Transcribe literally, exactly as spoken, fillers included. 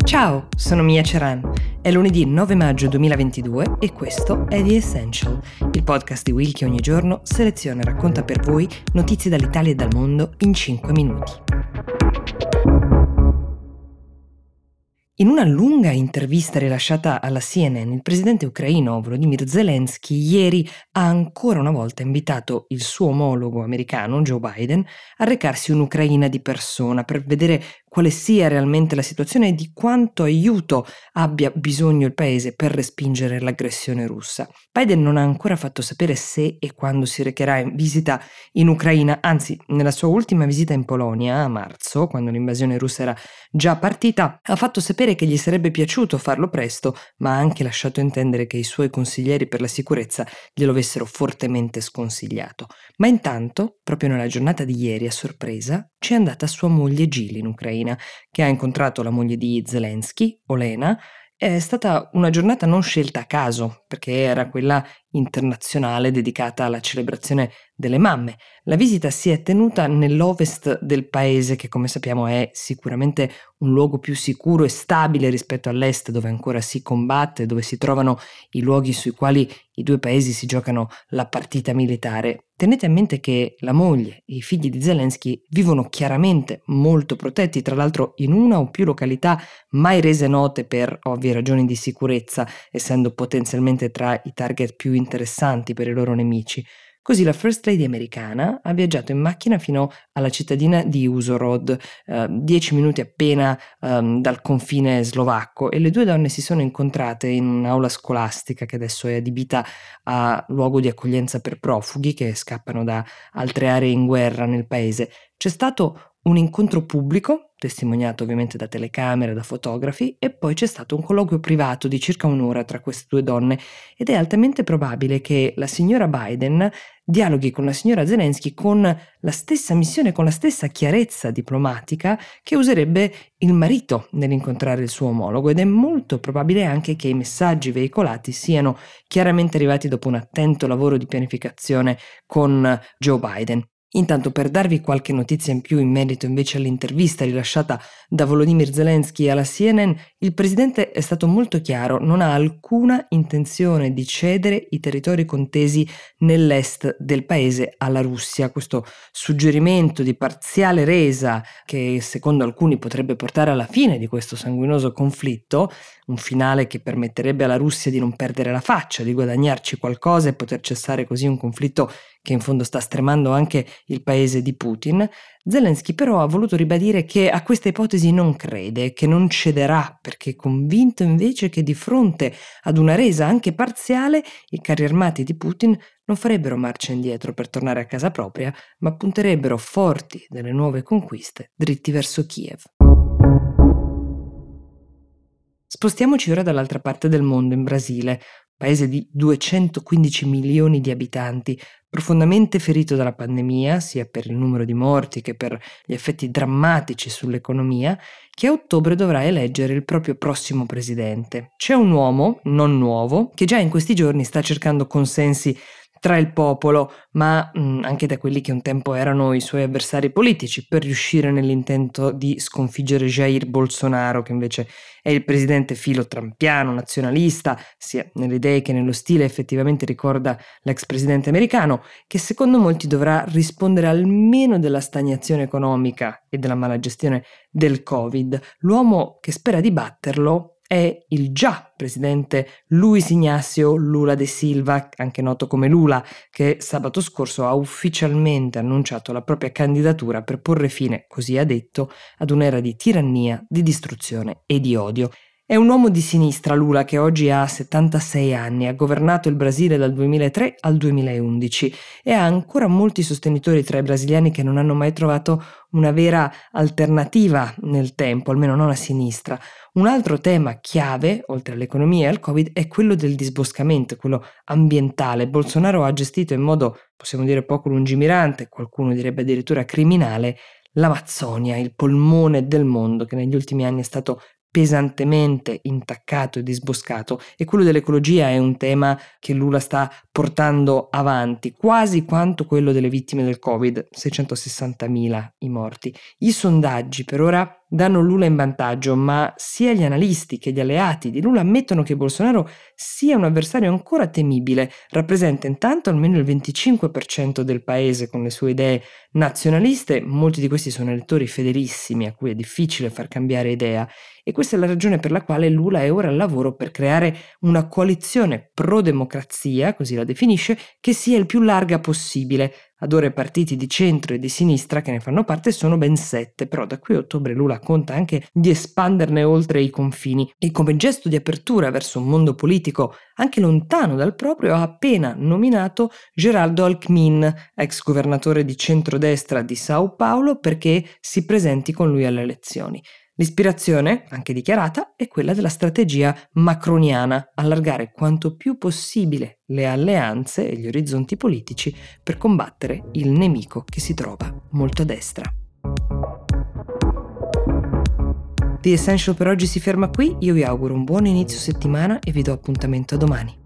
Ciao, sono Mia Ceran. È lunedì nove maggio duemilaventidue e questo è The Essential, il podcast di Will che ogni giorno seleziona e racconta per voi notizie dall'Italia e dal mondo in cinque minuti. In una lunga intervista rilasciata alla C N N, il presidente ucraino Volodymyr Zelensky ieri ha ancora una volta invitato il suo omologo americano Joe Biden a recarsi in Ucraina di persona per vedere quale sia realmente la situazione e di quanto aiuto abbia bisogno il paese per respingere l'aggressione russa. Biden non ha ancora fatto sapere se e quando si recherà in visita in Ucraina, anzi, nella sua ultima visita in Polonia a marzo, quando l'invasione russa era già partita, ha fatto sapere che gli sarebbe piaciuto farlo presto, ma ha anche lasciato intendere che i suoi consiglieri per la sicurezza glielo avessero fortemente sconsigliato. Ma intanto, proprio nella giornata di ieri, a sorpresa, c'è andata sua moglie Jill in Ucraina, che ha incontrato la moglie di Zelensky, Olena. È stata una giornata non scelta a caso, perché era quella internazionale dedicata alla celebrazione delle mamme. La visita si è tenuta nell'ovest del paese, che come sappiamo è sicuramente un luogo più sicuro e stabile rispetto all'est, dove ancora si combatte, dove si trovano i luoghi sui quali i due paesi si giocano la partita militare. Tenete a mente che la moglie e i figli di Zelensky vivono chiaramente molto protetti, tra l'altro in una o più località mai rese note per ovvie ragioni di sicurezza, essendo potenzialmente tra i target più interessanti per i loro nemici. Così la First Lady americana ha viaggiato in macchina fino alla cittadina di Uzhhorod, eh, dieci minuti appena um, dal confine slovacco, e le due donne si sono incontrate in un'aula scolastica che adesso è adibita a luogo di accoglienza per profughi che scappano da altre aree in guerra nel paese. C'è stato un incontro pubblico, testimoniato ovviamente da telecamere, da fotografi, e poi c'è stato un colloquio privato di circa un'ora tra queste due donne, ed è altamente probabile che la signora Biden dialoghi con la signora Zelensky con la stessa missione, con la stessa chiarezza diplomatica che userebbe il marito nell'incontrare il suo omologo, ed è molto probabile anche che i messaggi veicolati siano chiaramente arrivati dopo un attento lavoro di pianificazione con Joe Biden. Intanto, per darvi qualche notizia in più in merito invece all'intervista rilasciata da Volodymyr Zelensky alla C N N, il presidente è stato molto chiaro: non ha alcuna intenzione di cedere i territori contesi nell'est del paese alla Russia. Questo suggerimento di parziale resa, che secondo alcuni potrebbe portare alla fine di questo sanguinoso conflitto, un finale che permetterebbe alla Russia di non perdere la faccia, di guadagnarci qualcosa e poter cessare così un conflitto che in fondo sta stremando anche il paese di Putin. Zelensky però ha voluto ribadire che a questa ipotesi non crede, che non cederà, perché è convinto invece che di fronte ad una resa anche parziale i carri armati di Putin non farebbero marcia indietro per tornare a casa propria, ma punterebbero forti delle nuove conquiste dritti verso Kiev. Spostiamoci ora dall'altra parte del mondo, in Brasile, paese di duecentoquindici milioni di abitanti, profondamente ferito dalla pandemia, sia per il numero di morti che per gli effetti drammatici sull'economia, che a ottobre dovrà eleggere il proprio prossimo presidente. C'è un uomo, non nuovo, che già in questi giorni sta cercando consensi tra il popolo, ma mh, anche da quelli che un tempo erano i suoi avversari politici, per riuscire nell'intento di sconfiggere Jair Bolsonaro, che invece è il presidente filo trampiano, nazionalista, sia nelle idee che nello stile effettivamente ricorda l'ex presidente americano, che secondo molti dovrà rispondere almeno della stagnazione economica e della malagestione del Covid. L'uomo che spera di batterlo è il già presidente Luiz Inácio Lula da Silva, anche noto come Lula, che sabato scorso ha ufficialmente annunciato la propria candidatura per porre fine, così ha detto, ad un'era di tirannia, di distruzione e di odio. È un uomo di sinistra, Lula, che oggi ha settantasei anni, ha governato il Brasile dal duemilatré al duemilaundici e ha ancora molti sostenitori tra i brasiliani che non hanno mai trovato una vera alternativa nel tempo, almeno non a sinistra. Un altro tema chiave, oltre all'economia e al Covid, è quello del disboscamento, quello ambientale. Bolsonaro ha gestito in modo, possiamo dire, poco lungimirante, qualcuno direbbe addirittura criminale, l'Amazzonia, il polmone del mondo, che negli ultimi anni è stato pesantemente intaccato e disboscato, e quello dell'ecologia è un tema che Lula sta portando avanti, quasi quanto quello delle vittime del Covid, seicentosessantamila i morti. I sondaggi per ora danno Lula in vantaggio, ma sia gli analisti che gli alleati di Lula ammettono che Bolsonaro sia un avversario ancora temibile. Rappresenta intanto almeno il venticinque per cento del paese con le sue idee nazionaliste, molti di questi sono elettori fedelissimi a cui è difficile far cambiare idea, e questa è la ragione per la quale Lula è ora al lavoro per creare una coalizione pro-democrazia, così la definisce, che sia il più larga possibile. Ad ora i partiti di centro e di sinistra che ne fanno parte sono ben sette, però da qui a ottobre Lula conta anche di espanderne oltre i confini e come gesto di apertura verso un mondo politico anche lontano dal proprio ha appena nominato Geraldo Alckmin, ex governatore di centrodestra di Sao Paulo, perché si presenti con lui alle elezioni. L'ispirazione, anche dichiarata, è quella della strategia macroniana, allargare quanto più possibile le alleanze e gli orizzonti politici per combattere il nemico che si trova molto a destra. The Essential per oggi si ferma qui, io vi auguro un buon inizio settimana e vi do appuntamento a domani.